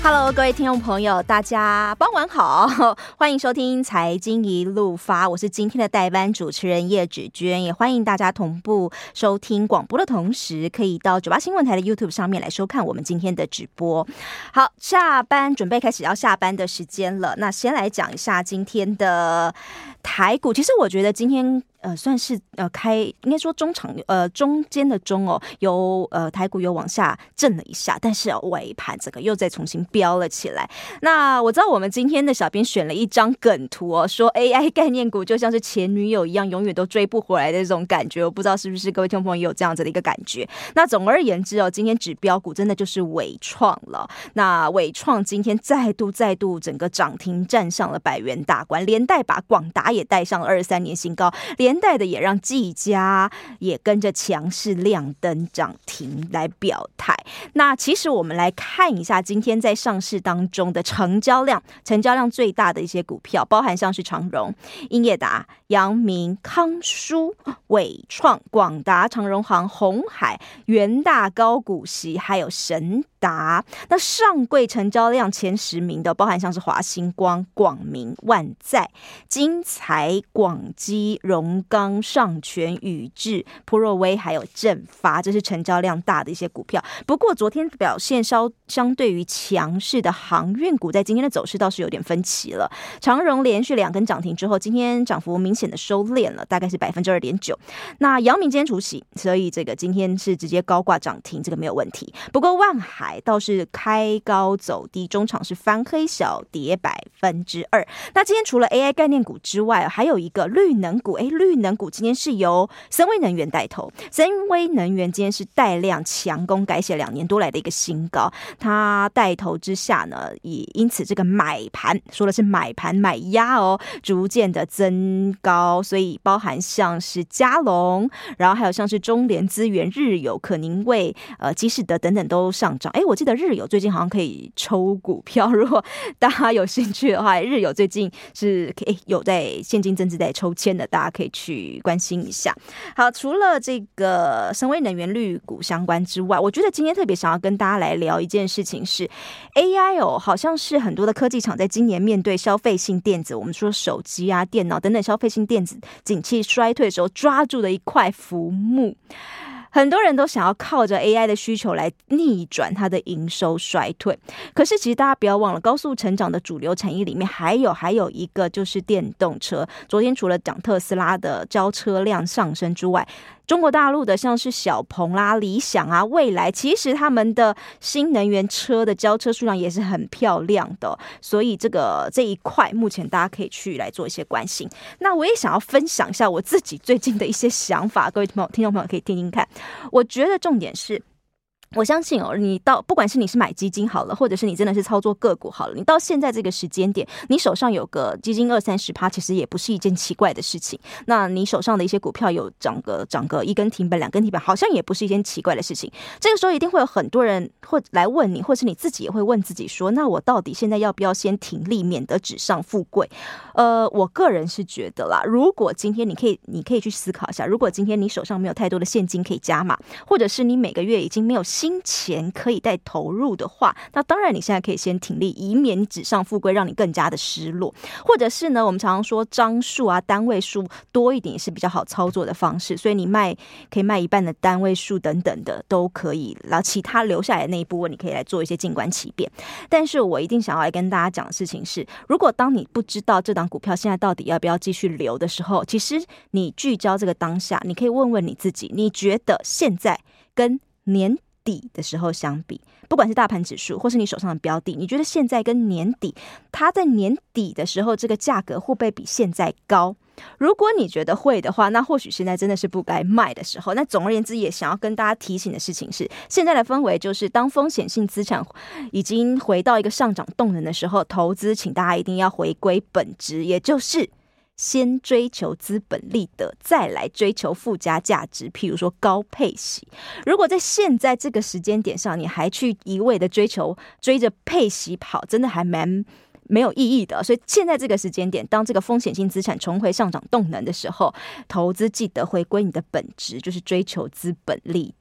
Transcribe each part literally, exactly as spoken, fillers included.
Hello， 各位听众朋友，大家傍晚好，欢迎收听财经一路发，我是今天的代班主持人叶芷娟，也欢迎大家同步收听广播的同时，可以到九八新闻台的 YouTube 上面来收看我们今天的直播。好，下班准备开始要下班的时间了，那先来讲一下今天的台股。其实我觉得今天呃，算是呃开，应该说中场呃中间的中哦，有呃台股有往下震了一下，但是、哦、尾盘整个又再重新飙了起来。那我知道我们今天的小编选了一张梗图哦，说 A I 概念股就像是前女友一样，永远都追不回来的这种感觉。我不知道是不是各位听众朋友有这样子的一个感觉。那总而言之哦，今天指标股真的就是伟创了。那伟创今天再度再度整个涨停站上了百元大关，连带把广达也带上了二十三年新高，连带的也让技嘉也跟着强势亮灯涨停来表态。那其实我们来看一下今天在上市当中的成交量，成交量最大的一些股票，包含像是长荣、英业达、阳明、康舒、伟创、广达、长荣航、鸿海、元大高股息，还有神达。那上柜成交量前十名的，包含像是华星光、广明、万载、金财、广基、荣刚、上全、宇智、普若威，还有正发，这是成交量大的一些股票。不过昨天表现稍相对于强势的航运股，在今天的走势倒是有点分歧了。长荣连续两根涨停之后，今天涨幅明显的收敛了，大概是百分之二点九。那阳明今天除息，所以这个今天是直接高挂涨停，这个没有问题。不过万海倒是开高走低，中场是翻黑小跌百分之二。那今天除了 A I 概念股之外，还有一个绿能股，哎，绿能股今天是由森威能源带头，森威能源今天是带量强攻，改写两年多来的一个新高。它带头之下呢，也因此这个买盘，说的是买盘买压哦，逐渐的增高，所以包含像是嘉龙，然后还有像是中联资源、日有、可宁味、呃基士德等等都上涨。哎，我记得日有最近好像可以抽股票，如果大家有兴趣的话，日有最近是可以有在现金增资在抽签的，大家可以去关心一下。好，除了这个森威能源绿股相关之外，我觉得今天特别想要跟大家来聊一件事情是 A I 哦，好像是很多的科技厂在今年面对消费性电子，我们说手机啊、电脑等等消费性电子景气衰退的时候抓住的一块浮木。很多人都想要靠着 A I 的需求来逆转它的营收衰退，可是其实大家不要忘了，高速成长的主流产业里面还有还有一个就是电动车。昨天除了讲特斯拉的交车量上升之外，中国大陆的像是小鹏啦、理想啊、蔚来，其实他们的新能源车的交车数量也是很漂亮的，所以这个这一块目前大家可以去来做一些关心。那我也想要分享一下我自己最近的一些想法，各位听众朋友可以听听看。我觉得重点是，我相信哦，你到不管是你是买基金好了，或者是你真的是操作个股好了，你到现在这个时间点，你手上有个基金二三十趴，其实也不是一件奇怪的事情。那你手上的一些股票有涨个涨个一根停板、两根停板，好像也不是一件奇怪的事情。这个时候一定会有很多人会来问你，或是你自己也会问自己说，那我到底现在要不要先停利，免得纸上富贵？呃，我个人是觉得啦，如果今天你可以，你可以去思考一下，如果今天你手上没有太多的现金可以加码，或者是你每个月已经没有新钱可以再投入的话，那当然你现在可以先停利，以免你纸上富贵让你更加的失落。或者是呢，我们常常说张数啊、单位数多一点也是比较好操作的方式，所以你卖可以卖一半的单位数等等的都可以，然后其他留下来的那一部分你可以来做一些静观其变。但是我一定想要来跟大家讲的事情是，如果当你不知道这档股票现在到底要不要继续留的时候，其实你聚焦这个当下，你可以问问你自己，你觉得现在跟年底的时候相比，不管是大盘指数或是你手上的标的，你觉得现在跟年底，它在年底的时候这个价格会不会比现在高？如果你觉得会的话，那或许现在真的是不该卖的时候。那总而言之，也想要跟大家提醒的事情是，现在的氛围就是当风险性资产已经回到一个上涨动能的时候，投资请大家一定要回归本质，也就是先追求资本利得，再来追求附加价值，譬如说高配息。如果在现在这个时间点上，你还去一味的追求追着配息跑，真的还蛮没有意义的。所以现在这个时间点，当这个风险性资产重回上涨动能的时候，投资记得回归你的本质，就是追求资本利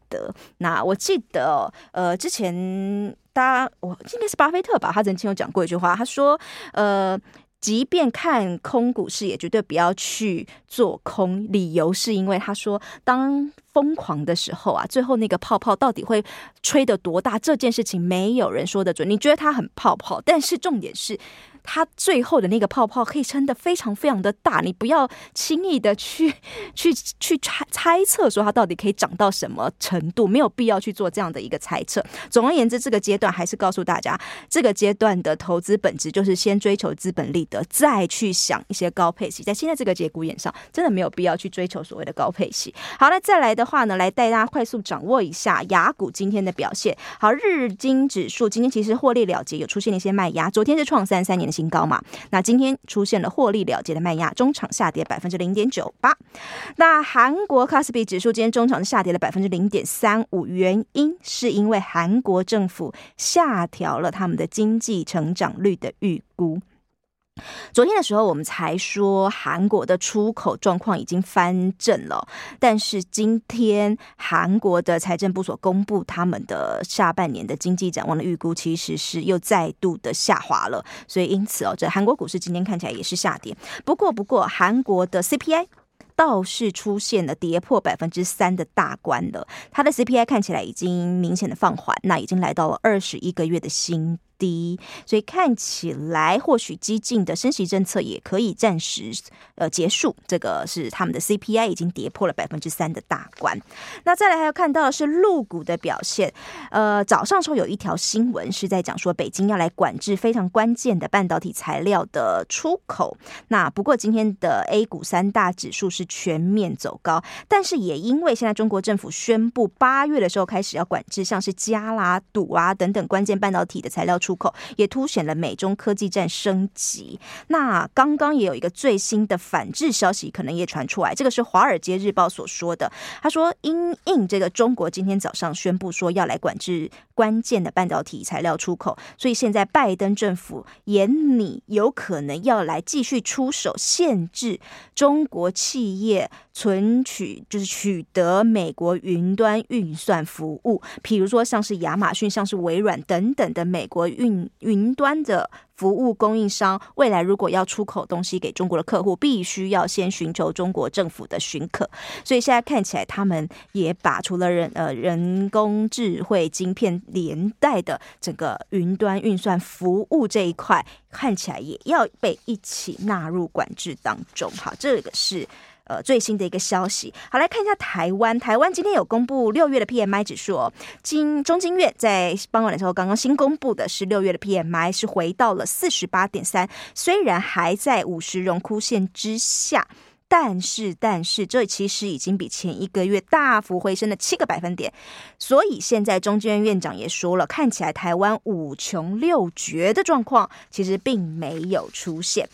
得。那我记得呃之前大家我应该是巴菲特吧，他曾经有讲过一句话，他说呃即便看空股市也绝对不要去做空，理由是因为他说当疯狂的时候啊，最后那个泡泡到底会吹得多大，这件事情没有人说得准。你觉得它很泡泡，但是重点是它最后的那个泡泡可以撑得非常非常的大，你不要轻易的去去去猜猜测说它到底可以涨到什么程度，没有必要去做这样的一个猜测。总而言之，这个阶段还是告诉大家，这个阶段的投资本质就是先追求资本利得，再去想一些高配息。在现在这个节骨眼上，真的没有必要去追求所谓的高配息。好，那再来的话呢，来带大家快速掌握一下雅股今天的表现。好，日经指数今天其实获利了结，有出现了一些卖压，昨天是创三十三年的新高嘛，那今天出现了获利了结的卖压，中场下跌百分之零点九八。那韩国 K O S P I 指数今天中场下跌了百分之零点三五，原因是因为韩国政府下调了他们的经济成长率的预估。昨天的时候我们才说韩国的出口状况已经翻正了，但是今天韩国的财政部所公布他们的下半年的经济展望的预估其实是又再度的下滑了，所以因此哦，这韩国股市今天看起来也是下跌。不过不过韩国的 C P I倒是出现了跌破百分之三的大关了，它的 C P I 看起来已经明显的放缓，那已经来到了二十一个月的新低，所以看起来或许激进的升息政策也可以暂时呃结束。这个是他们的 C P I 已经跌破了百分之三的大关。那再来还要看到的是陆股的表现。呃，早上时候有一条新闻是在讲说北京要来管制非常关键的半导体材料的出口。那不过今天的 A 股三大指数是全面走高，但是也因为现在中国政府宣布八月的时候开始要管制像是镓啦、赌啊等等关键半导体的材料出口。出口也凸显了美中科技战升级。那刚刚也有一个最新的反制消息可能也传出来，这个是华尔街日报所说的，他说因应这个中国今天早上宣布说要来管制关键的半导体材料出口，所以现在拜登政府眼里有可能要来继续出手限制中国企业存取就是取得美国云端运算服务，比如说像是亚马逊、像是微软等等的美国云云端的服务供应商，未来如果要出口东西给中国的客户，必须要先寻求中国政府的许可。所以现在看起来，他们也把除了人呃人工智慧晶片连带的整个云端运算服务这一块，看起来也要被一起纳入管制当中。好，这个是。呃，最新的一个消息。好，来看一下台湾。台湾今天有公布六月的 P M I 指数哦，金中经院在傍晚的时候刚刚新公布的是六月的 P M I 是回到了 四十八点三， 虽然还在五十荣枯线之下，但是但是这其实已经比前一个月大幅回升了七个百分点，所以现在中经院院长也说了，看起来台湾五穷六绝的状况其实并没有出现。